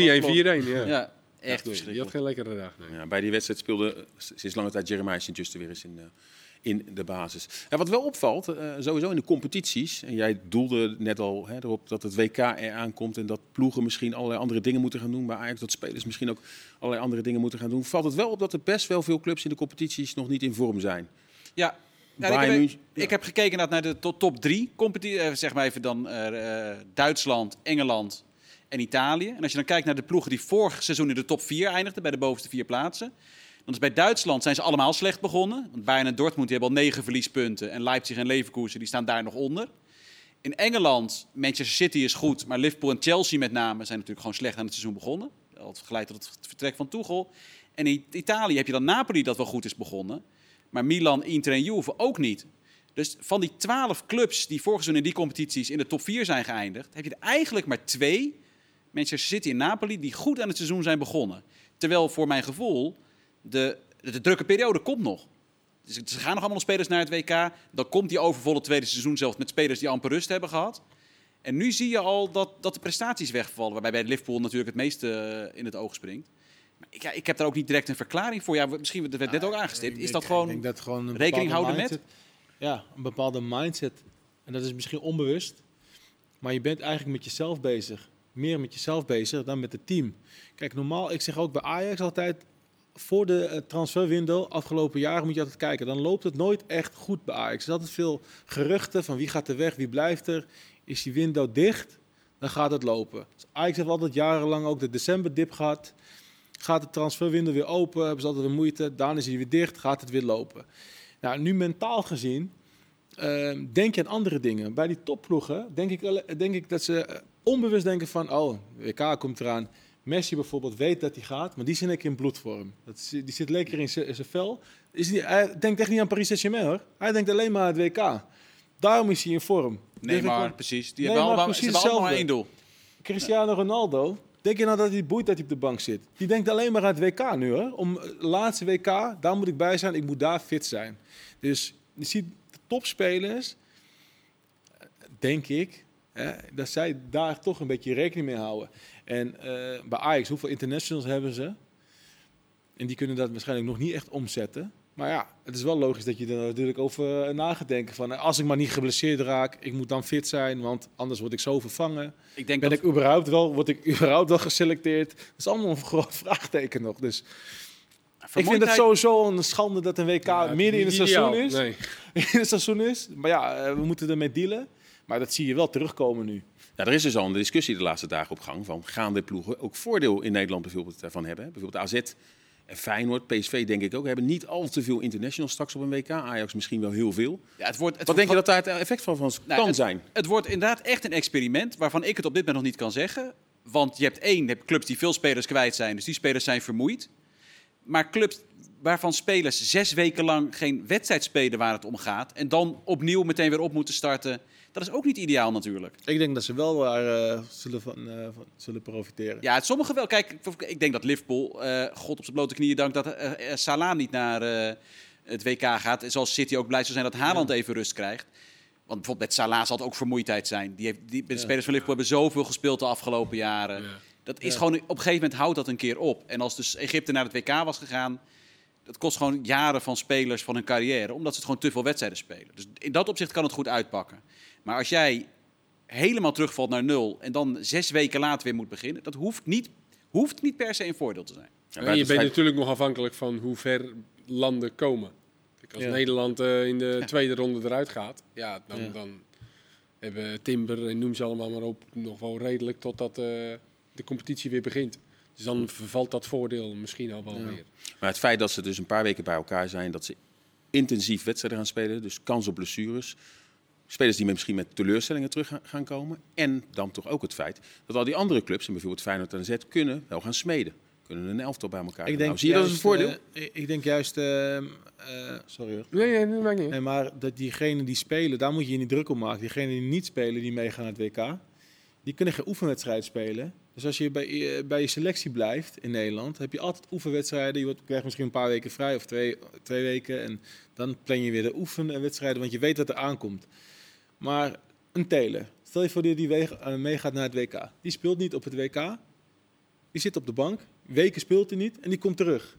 Ja, echt Die had verschrikkelijk. geen lekkere dag. Nee. Ja, bij die wedstrijd speelde sinds lange tijd Jeremiah Sint-Juste weer eens in de basis. En wat wel opvalt, sowieso in de competities, en jij doelde net al erop dat het WK eraan komt en dat ploegen misschien allerlei andere dingen moeten gaan doen, bij Ajax dat spelers misschien ook allerlei andere dingen moeten gaan doen, valt het wel op dat er best wel veel clubs in de competities nog niet in vorm zijn. Ja. Ja, Bayern München, ik heb gekeken naar de top 3 competities. Zeg maar even dan Duitsland, Engeland en Italië. En als je dan kijkt naar de ploegen die vorig seizoen in de top 4 eindigden, bij de bovenste 4 plaatsen. Dan is bij Duitsland zijn ze allemaal slecht begonnen. Want Bayern en Dortmund die hebben al 9 verliespunten. En Leipzig en Leverkusen die staan daar nog onder. In Engeland, Manchester City is goed. Maar Liverpool en Chelsea met name zijn natuurlijk gewoon slecht aan het seizoen begonnen. Dat geleid tot het vertrek van Tuchel. En in Italië heb je dan Napoli dat wel goed is begonnen. Maar Milan, Inter en Juve ook niet. Dus van die 12 clubs die vorig seizoen in die competities in de top 4 zijn geëindigd, heb je er eigenlijk maar 2, Manchester City en Napoli, die goed aan het seizoen zijn begonnen. Terwijl voor mijn gevoel, de drukke periode komt nog. Dus ze gaan nog allemaal spelers naar het WK. Dan komt die overvolle tweede seizoen zelfs met spelers die amper rust hebben gehad. En nu zie je al dat de prestaties wegvallen. Waarbij bij Liverpool natuurlijk het meeste in het oog springt. Maar ik heb daar ook niet direct een verklaring voor. Ja, misschien werd het net ook aangestipt. Is dat Ik gewoon denk dat gewoon een rekening bepaalde houden met? mindset- Ja, een bepaalde mindset. En dat is misschien onbewust. Maar je bent eigenlijk met jezelf bezig. Meer met jezelf bezig dan met het team. Kijk, normaal, ik zeg ook bij Ajax altijd, voor de transferwindow, afgelopen jaren moet je altijd kijken. Dan loopt het nooit echt goed bij Ajax. Er is altijd veel geruchten van wie gaat er weg, wie blijft er. Is die window dicht, dan gaat het lopen. Dus Ajax heeft altijd jarenlang ook de decemberdip gehad. Gaat de transferwindow weer open, hebben ze altijd weer moeite. Dan is hij weer dicht, gaat het weer lopen. Nou, nu mentaal gezien, denk je aan andere dingen. Bij die topploegen denk ik dat ze onbewust denken van, oh, WK komt eraan. Messi bijvoorbeeld weet dat hij gaat, maar die zit lekker in bloedvorm. Die zit lekker in zijn vel. Hij denkt echt niet aan Paris Saint-Germain, hoor. Hij denkt alleen maar aan het WK. Daarom is hij in vorm. Nee, Dus maar precies. Die Nee, hebben maar allemaal, ze precies hebben allemaal hetzelfde. één doel. Cristiano Ronaldo, denk je nou dat hij boeit dat hij op de bank zit? Die denkt alleen maar aan het WK nu, hoor. Om laatste WK, daar moet ik bij zijn, ik moet daar fit zijn. Dus je ziet de topspelers, denk ik, dat zij daar toch een beetje rekening mee houden. En bij Ajax, hoeveel internationals hebben ze? En die kunnen dat waarschijnlijk nog niet echt omzetten. Maar ja, het is wel logisch dat je er natuurlijk over na gaat denken. Van, als ik maar niet geblesseerd raak, ik moet dan fit zijn, want anders word ik zo vervangen. Ik denk Word dat ik überhaupt wel geselecteerd? Dat is allemaal een groot vraagteken nog. Dus ik vind het sowieso een schande dat een WK midden in het seizoen is. Nee. In het seizoen is. Maar ja, we moeten ermee dealen. Maar dat zie je wel terugkomen nu. Ja, er is dus al een discussie de laatste dagen op gang van gaan de ploegen ook voordeel in Nederland bijvoorbeeld daarvan hebben. Bijvoorbeeld AZ en Feyenoord, PSV denk ik ook, hebben niet al te veel internationals straks op een WK. Ajax misschien wel heel veel. Ja, Wat denk je dat daar het effect van kan zijn? Het wordt inderdaad echt een experiment waarvan ik het op dit moment nog niet kan zeggen. Want je hebt clubs die veel spelers kwijt zijn, dus die spelers zijn vermoeid. Maar clubs waarvan spelers 6 weken lang geen wedstrijd spelen waar het om gaat en dan opnieuw meteen weer op moeten starten, dat is ook niet ideaal natuurlijk. Ik denk dat ze wel daar zullen profiteren. Ja, sommigen wel. Kijk, ik denk dat Liverpool, God op zijn blote knieën dankt dat Salah niet naar het WK gaat. En zoals City ook blij zou zijn dat Haaland even rust krijgt. Want bijvoorbeeld met Salah zal het ook vermoeidheid zijn. De spelers van Liverpool hebben zoveel gespeeld de afgelopen jaren. Ja. Dat is gewoon, op een gegeven moment houdt dat een keer op. En als dus Egypte naar het WK was gegaan, dat kost gewoon jaren van spelers van hun carrière, omdat ze het gewoon te veel wedstrijden spelen. Dus in dat opzicht kan het goed uitpakken. Maar als jij helemaal terugvalt naar 0 en dan 6 weken later weer moet beginnen, dat hoeft niet per se een voordeel te zijn. Ja, en je bent natuurlijk nog afhankelijk van hoe ver landen komen. Kijk, als Nederland in de tweede ronde eruit gaat, dan hebben Timber en noem ze allemaal maar op nog wel redelijk totdat de competitie weer begint. Dus dan vervalt dat voordeel misschien al wel weer. Maar het feit dat ze dus een paar weken bij elkaar zijn, dat ze intensief wedstrijden gaan spelen, dus kans op blessures, spelers die misschien met teleurstellingen terug gaan komen. En dan toch ook het feit dat al die andere clubs, en bijvoorbeeld Feyenoord en AZ, kunnen wel gaan smeden. Kunnen een elftal bij elkaar gaan. Nou, zie je dat als een voordeel? Ik denk juist, sorry hoor. Nee, dat maakt niet. Nee, maar dat diegenen die spelen, daar moet je niet druk om maken. Diegenen die niet spelen, die meegaan naar het WK, die kunnen geen oefenwedstrijd spelen. Dus als je bij je selectie blijft in Nederland, heb je altijd oefenwedstrijden. Je krijgt misschien een paar weken vrij of twee weken. En dan plan je weer de oefenwedstrijden, want je weet wat er aankomt. Maar een Taylor, stel je voor die meegaat naar het WK. Die speelt niet op het WK. Die zit op de bank. Weken speelt hij niet en die komt terug.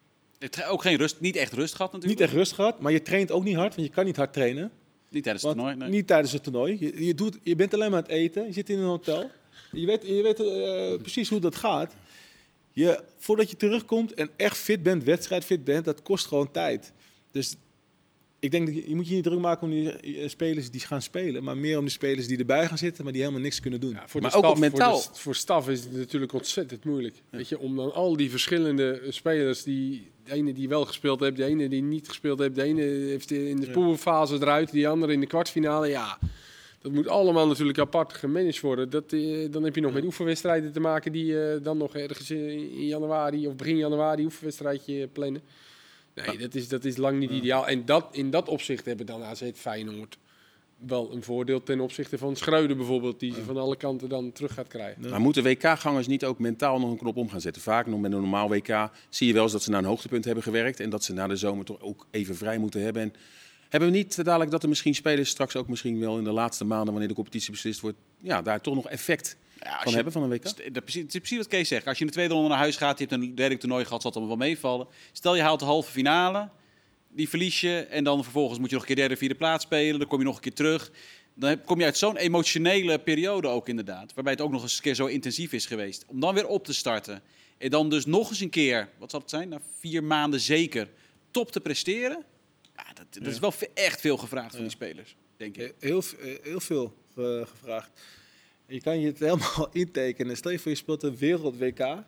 Ook niet echt rust gehad natuurlijk. Niet echt rust gehad, maar je traint ook niet hard, want je kan niet hard trainen. Niet tijdens het toernooi, nee. Niet tijdens het toernooi. Je bent alleen maar aan het eten. Je zit in een hotel. Je weet precies hoe dat gaat. Voordat je terugkomt en echt fit bent, wedstrijdfit bent, dat kost gewoon tijd. Dus ik denk dat je moet je niet druk maken om die spelers die gaan spelen, maar meer om de spelers die erbij gaan zitten, maar die helemaal niks kunnen doen. Ja, voor maar de ook staf, op mentaal. voor staf is het natuurlijk ontzettend moeilijk. Ja. Weet je, om dan al die verschillende spelers, de ene die wel gespeeld heeft, de ene die niet gespeeld heeft, de ene heeft in de poolfase eruit, die andere in de kwartfinale. Ja, dat moet allemaal natuurlijk apart gemanaged worden. Dan heb je nog met oefenwedstrijden te maken die dan nog ergens in januari of begin januari een oefenwedstrijdje plannen. Nee, dat is lang niet ideaal. En in dat opzicht hebben dan AZ Feyenoord wel een voordeel ten opzichte van Schreuder bijvoorbeeld, die ze van alle kanten dan terug gaat krijgen. Maar moeten WK-gangers niet ook mentaal nog een knop om gaan zetten? Vaak nog met een normaal WK zie je wel eens dat ze naar een hoogtepunt hebben gewerkt en dat ze na de zomer toch ook even vrij moeten hebben. En hebben we niet dadelijk dat er misschien spelers straks ook misschien wel in de laatste maanden, wanneer de competitie beslist wordt, daar toch nog effect van hebben van een WK? Het is precies wat Kees zegt. Als je in de tweede ronde naar huis gaat, je hebt een derde toernooi gehad, zal het allemaal wel meevallen. Stel je haalt de halve finale, die verlies je en dan vervolgens moet je nog een keer derde, vierde plaats spelen. Dan kom je nog een keer terug. Dan kom je uit zo'n emotionele periode ook inderdaad, waarbij het ook nog eens een keer zo intensief is geweest. Om dan weer op te starten en dan dus nog eens een keer, wat zal het zijn, na 4 maanden zeker, top te presteren. Ja, dat is wel echt veel gevraagd van die spelers, denk ik. Heel veel gevraagd. Je kan je het helemaal intekenen. Stel je voor je speelt een wereld-WK. Ja.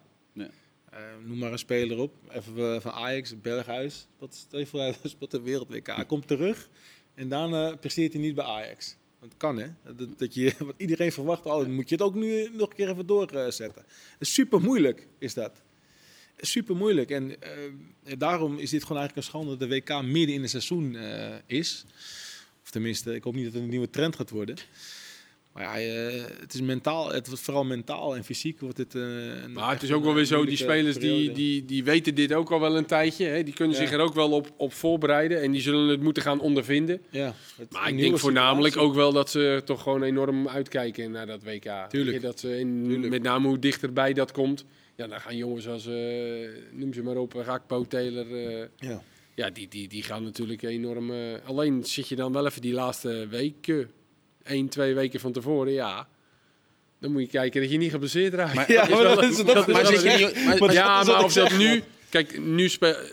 Noem maar een speler op. Even van Ajax, Berghuis. Stel je voor hij speelt een wereld-WK. Hij komt terug en dan presteert hij niet bij Ajax. Het kan, hè? Want iedereen verwacht, dan moet je het ook nu nog een keer even doorzetten. Super moeilijk is dat. Super moeilijk. En daarom is dit gewoon eigenlijk een schande dat de WK midden in het seizoen is. Of tenminste, ik hoop niet dat het een nieuwe trend gaat worden. Maar ja, het is mentaal, het wordt vooral mentaal en fysiek wordt het maar het is ook wel weer zo, die spelers die weten dit ook al wel een tijdje. Hè? Die kunnen zich er ook wel op voorbereiden en die zullen het moeten gaan ondervinden. Ja, maar ik denk voornamelijk ook wel dat ze toch gewoon enorm uitkijken naar dat WK. Tuurlijk. Dat ze met name hoe dichterbij dat komt. Ja, dan gaan jongens als, noem ze maar op, Gakpo, Taylor. Ja, die gaan natuurlijk enorm... alleen zit je dan wel even die laatste weken... 1-2 weken van tevoren, ja. Dan moet je kijken dat je niet geblesseerd raakt. Maar of dat nu... Kijk, nu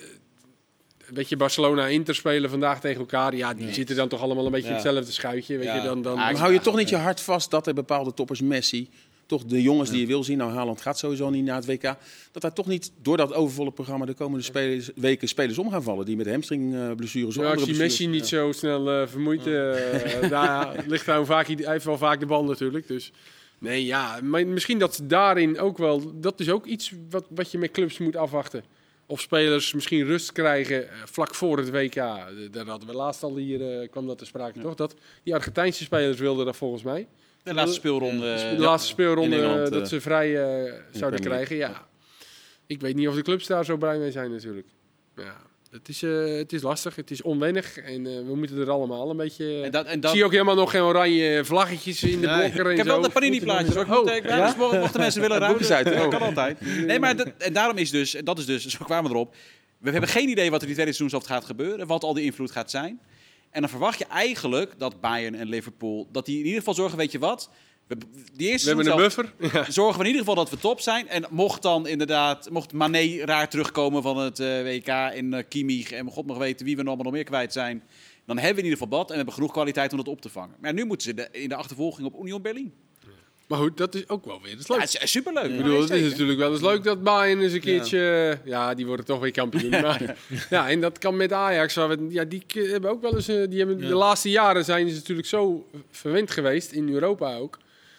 weet je, Barcelona Inter spelen vandaag tegen elkaar. Ja, die zitten dan toch allemaal een beetje in hetzelfde schuitje. Weet je, dan hou je toch niet je hart vast dat er bepaalde toppers, Messi... toch de jongens die je wil zien, nou Haaland gaat sowieso niet naar het WK... dat daar toch niet door dat overvolle programma de komende weken spelers om gaan vallen... die met hamstringblessures of als je Messi niet zo snel vermoeit, daar ligt hij heeft wel vaak de bal natuurlijk. Dus nee, ja, maar misschien dat daarin ook wel... Dat is ook iets wat je met clubs moet afwachten. Of spelers misschien rust krijgen vlak voor het WK. Daar hadden we laatst al hier, kwam dat ter sprake, toch? Dat die Argentijnse spelers wilden dat volgens mij. De laatste speelronde. De laatste speelronde Engeland, dat ze vrij zouden krijgen. Ja. Ik weet niet of de clubs daar zo blij mee zijn natuurlijk. Ja, het is lastig, het is onwennig en we moeten er allemaal een beetje... Ik zie ook helemaal nog geen oranje vlaggetjes in de blokker. Ik heb wel de panini-plaatjes. Mochten mensen willen ruilen, dat kan altijd. Nee, maar daarom is dus, dat is dus, zo kwamen we erop. We hebben geen idee wat er die tweede seizoenshelft gaat gebeuren, wat al die invloed gaat zijn. En dan verwacht je eigenlijk dat Bayern en Liverpool... dat die in ieder geval zorgen, weet je wat... We hebben een buffer. Zorgen we in ieder geval dat we top zijn. En mocht Mané raar terugkomen van het WK... en Kimmich en god mag weten wie we nog meer kwijt zijn... dan hebben we in ieder geval dat en we hebben genoeg kwaliteit om dat op te vangen. Maar nu moeten ze in de achtervolging op Union Berlin. Maar goed, dat is ook wel weer. Dat is leuk. Ja, het is superleuk. Ik bedoel, het is natuurlijk wel eens leuk dat Bayern eens een keertje... Ja, die worden toch weer kampioen. Maar, ja, en dat kan met Ajax. Die hebben ook wel eens... De laatste jaren zijn ze natuurlijk zo verwend geweest, in Europa ook.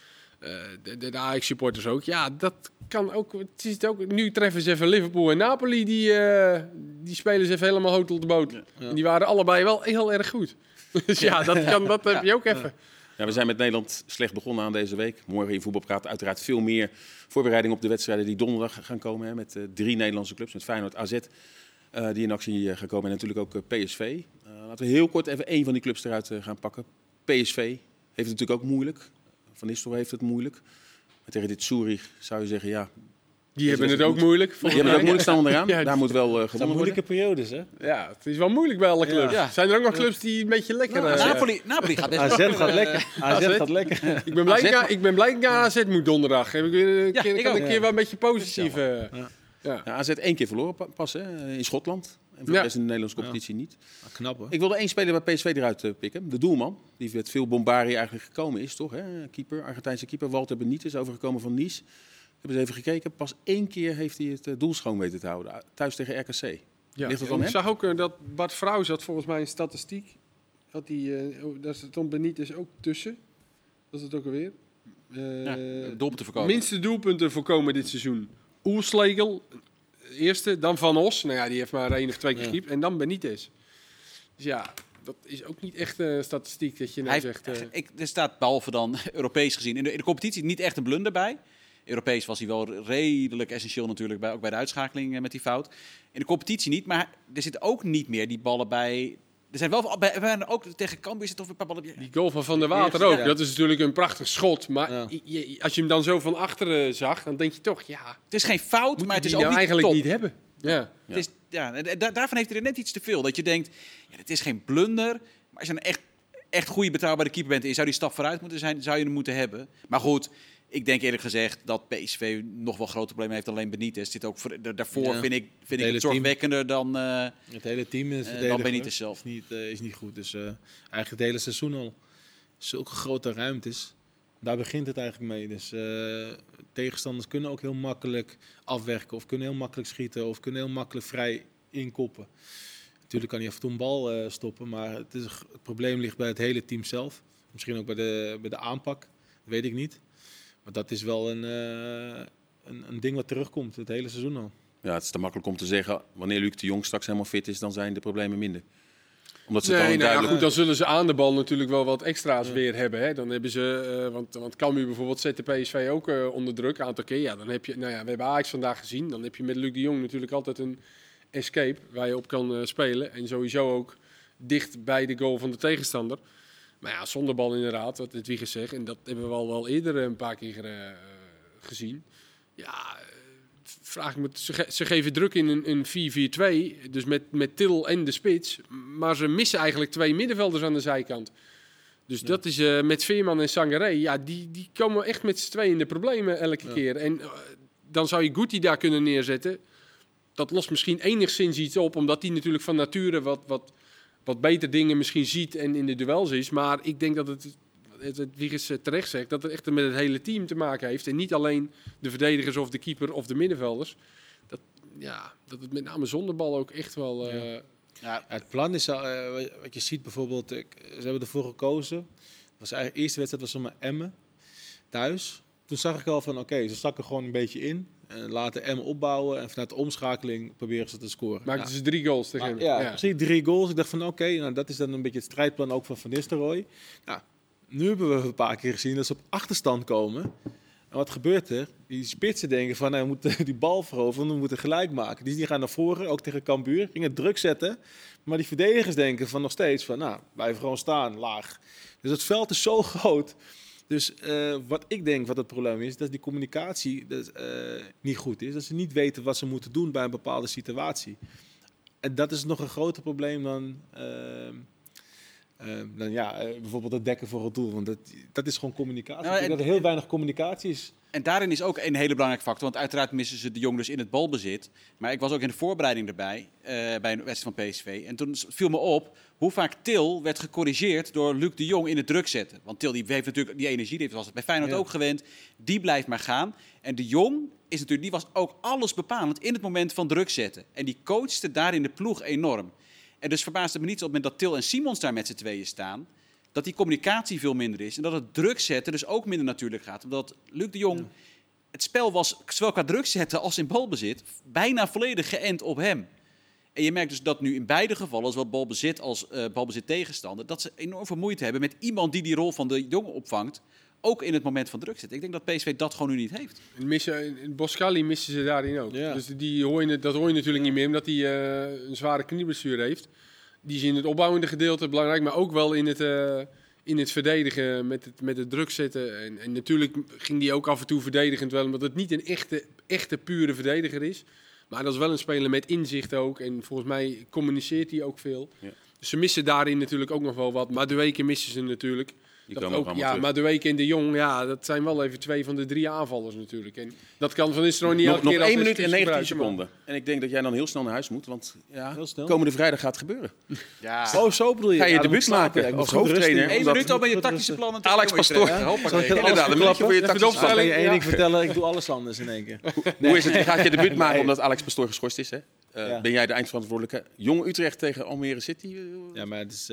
De Ajax-supporters ook. Ja, dat kan ook... Het is ook. Nu treffen ze even Liverpool en Napoli. Die spelen ze even helemaal hout op de boot. Ja. En die waren allebei wel heel erg goed. Dus ja, dat heb je ook even. Ja, we zijn met Nederland slecht begonnen aan deze week. Morgen in Voetbalpraat uiteraard veel meer voorbereiding op de wedstrijden die donderdag gaan komen. Hè, met 3 Nederlandse clubs, met Feyenoord, AZ, die in actie gaan komen. En natuurlijk ook PSV. Laten we heel kort even 1 van die clubs eruit gaan pakken. PSV heeft het natuurlijk ook moeilijk. Van Nistelrooy heeft het moeilijk. Maar tegen dit Zurich zou je zeggen, ja... Die hebben het ook moeilijk. Die hebben het ook moeilijk staan onderaan. Ja, daar moet wel gewonnen worden. Moeilijke periodes, hè? Ja, het is wel moeilijk bij alle clubs. Ja. Zijn er ook nog clubs die een beetje lekker... Napoli gaat best AZ gaat lekker. AZ gaat lekker. Ik ben blij dat ik AZ moet donderdag. Heb ik weer een keer wel een beetje positief... AZ 1 keer verloren pas hè, in Schotland. En voor de rest in de Nederlandse competitie niet. Knap, hoor. Ik wilde 1 speler bij PSV eruit pikken. De doelman, die met veel bombarie eigenlijk gekomen is, toch? Hè? Keeper, Argentijnse keeper, Walter Benitez, overgekomen van Nice. Ik heb eens even gekeken. Pas 1 keer heeft hij het doel schoon weten te houden. Thuis tegen RKC. Ja. Ik zag ook dat Bart Vrouw zat volgens mij in statistiek. Daar stond Benitez ook tussen. Dat is het ook alweer. Doelpunten voorkomen. Minste doelpunten voorkomen dit seizoen. Oerslegel, eerste. Dan Van Os. Nou ja, die heeft maar 1 of 2 keer gekiept. En dan Benitez. Dus ja, dat is ook niet echt statistiek dat je nou zegt... Er staat behalve dan Europees gezien in de competitie niet echt een blunder bij. Europees was hij wel redelijk essentieel natuurlijk, ook bij de uitschakeling met die fout. In de competitie niet, maar er zitten ook niet meer die ballen bij... Er zijn wel ook tegen Cambuur zitten of een paar ballen... Die goal van der Water ook, dat is natuurlijk een prachtig schot. Maar als je hem dan zo van achteren zag, dan denk je toch, ja... Het is geen fout, maar het is ook niet eigenlijk top. Niet hebben. Ja. Het is, daarvan heeft hij er net iets te veel. Dat je denkt, het is geen blunder, maar als je een echt goede betrouwbare keeper bent en je zou die stap vooruit moeten zijn, zou je hem moeten hebben. Maar goed... Ik denk eerlijk gezegd dat PSV nog wel grote problemen heeft, alleen Benitez. Zit ook daarvoor vind ik het zorgwekkender dan het hele team is dan Benitez zelf. Is niet goed. Dus eigenlijk het hele seizoen al zulke grote ruimtes. Daar begint het eigenlijk mee. Dus tegenstanders kunnen ook heel makkelijk afwerken of kunnen heel makkelijk schieten of kunnen heel makkelijk vrij inkoppen. Natuurlijk kan hij af en toe een bal stoppen, maar het probleem ligt bij het hele team zelf. Misschien ook bij de aanpak, weet ik niet. Maar dat is wel een ding wat terugkomt het hele seizoen al. Ja, het is te makkelijk om te zeggen, wanneer Luc de Jong straks helemaal fit is, dan zijn de problemen minder. Omdat ze Goed, dan zullen ze aan de bal natuurlijk wel wat extra's weer hebben. Hè. Dan hebben ze, want Cambuur bijvoorbeeld zet de PSV ook onder druk een aantal keer. Ja, dan heb je, we hebben Ajax vandaag gezien. Dan heb je met Luc de Jong natuurlijk altijd een escape waar je op kan spelen. En sowieso ook dicht bij de goal van de tegenstander. Maar ja, zonder bal inderdaad, wat het Wiegers zegt. En dat hebben we al wel eerder een paar keer gezien. Ja, vraag ik me, ze geven druk in een 4-4-2, dus met Til en de spits. Maar ze missen eigenlijk 2 middenvelders aan de zijkant. Dus dat is met Veerman en Sangaré. Ja, die komen echt met z'n tweeën in de problemen elke keer. En dan zou je Guti daar kunnen neerzetten. Dat lost misschien enigszins iets op, omdat hij natuurlijk van nature wat beter dingen misschien ziet en in de duels is. Maar ik denk dat het Wiegers terecht zegt, dat het echt met het hele team te maken heeft. En niet alleen de verdedigers of de keeper of de middenvelders. Dat het met name zonder bal ook echt wel... Het plan is, wat je ziet bijvoorbeeld, ze hebben ervoor gekozen. Was eigenlijk, de eerste wedstrijd was zomaar Emmen, thuis. Toen zag ik al van, ze zakken gewoon een beetje in. En laten Emmen opbouwen en vanuit de omschakeling proberen ze te scoren. Maakten ze 3 goals tegen Emmen. Ja, precies 3 goals. Ik dacht van, dat is dan een beetje het strijdplan ook van Nistelrooy. Nou, nu hebben we een paar keer gezien dat ze op achterstand komen. En wat gebeurt er? Die spitsen denken van, we moeten die bal veroveren, we moeten gelijk maken. Dus die gaan naar voren, ook tegen Cambuur, gingen druk zetten. Maar die verdedigers denken van nog steeds van, blijven gewoon staan, laag. Dus het veld is zo groot. Dus wat ik denk wat het probleem is, dat die communicatie niet goed is. Dat ze niet weten wat ze moeten doen bij een bepaalde situatie. En dat is nog een groter probleem dan bijvoorbeeld het dekken voor het doel. Want dat is gewoon communicatie. Ik denk dat er heel weinig communicatie is. En daarin is ook een hele belangrijke factor. Want uiteraard missen ze de Jong dus in het balbezit. Maar ik was ook in de voorbereiding erbij, bij een wedstrijd van PSV. En toen viel me op hoe vaak Til werd gecorrigeerd door Luc de Jong in het druk zetten. Want Til die heeft natuurlijk die energie, die was het bij Feyenoord ook gewend. Die blijft maar gaan. En de Jong die was ook alles bepalend in het moment van druk zetten. En die coachte daarin de ploeg enorm. En dus verbaasde me niet op het moment dat Til en Simons daar met z'n tweeën staan, dat die communicatie veel minder is. En dat het druk zetten dus ook minder natuurlijk gaat. Omdat Luc de Jong, het spel was zowel qua druk zetten als in balbezit bijna volledig geënt op hem. En je merkt dus dat nu in beide gevallen, zowel balbezit als balbezit tegenstander, dat ze enorm veel moeite hebben met iemand die rol van de Jong opvangt. Ook in het moment van druk zetten. Ik denk dat PSV dat gewoon nu niet heeft. In Boskali missen ze daarin ook. Ja. Dus dat hoor je natuurlijk niet meer, omdat hij een zware knieblessure heeft. Die is in het opbouwende gedeelte belangrijk, maar ook wel in het verdedigen, met het druk zetten. En natuurlijk ging hij ook af en toe verdedigend wel, omdat het niet een echte pure verdediger is. Maar dat is wel een speler met inzicht ook. En volgens mij communiceert hij ook veel. Ja. Dus ze missen daarin natuurlijk ook nog wel wat. Maar de weken missen ze natuurlijk. Maar de Weken en de Jong, dat zijn wel even 2 van de 3 aanvallers natuurlijk. En dat kan Van Nistelrooy niet elke keer. Nog 1 minuut en 19 seconden. En ik denk dat jij dan heel snel naar huis moet, want komende vrijdag gaat het gebeuren. Ja. Zo bedoel je. Ga je debuut maken als hoofdtrainer. 1 minuut al met je tactische plannen. Alex Pastoor. Inderdaad, een minuutje voor je tactische plannen. Ik ga je één ding vertellen, ik doe alles anders in één keer. Hoe is het? Je gaat je debuut maken omdat Alex Pastoor geschorst is, hè? Ben jij de eindverantwoordelijke? Jong Utrecht tegen Almere City? Ja, maar het is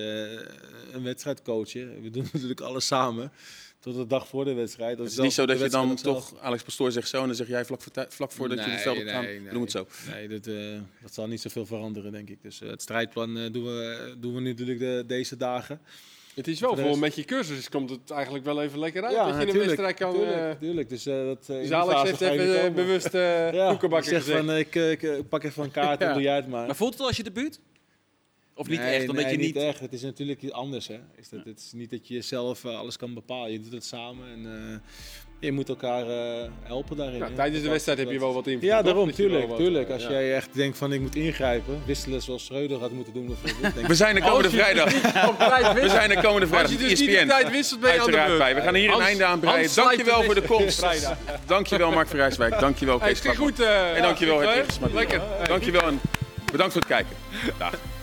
een wedstrijd coachen. We doen natuurlijk alles samen. Tot de dag voor de wedstrijd. Het is niet zo dat je dan toch, Alex Pastoor zegt zo en dan zeg jij vlak voordat je het veld op gaat, doen het zo. Nee, dat zal niet zoveel veranderen, denk ik. Dus het strijdplan doen we natuurlijk deze dagen. Het is wel voor met je cursus komt het eigenlijk wel even lekker uit. Dat je een wedstrijd kan... Tuurlijk. Dus Alex heeft even bewust koekenbakker gezegd. Ik pak even een kaart en doe jij het maar. Maar voelt het al als je debuut? Of niet echt? Omdat je niet echt. Het is natuurlijk iets anders. Hè? Het is niet dat je zelf alles kan bepalen. Je doet het samen en je moet elkaar helpen daarin. Nou, tijdens de wedstrijd heb je wel wat invloed. Ja, daarom. Tuurlijk. Als jij echt denkt van ik moet ingrijpen, wisselen zoals Schreuder had moeten doen. We zijn er komende vrijdag. We zijn er komende vrijdag. Als je dus niet op tijd wisselt, ben je aan de beurt. We gaan hier een einde aan breien. Dankjewel voor de komst. Dankjewel Mark Verrijswijk. Dankjewel Kees Kwakman. En dankjewel het Wiegers. Dankjewel en bedankt voor het kijken. Dag.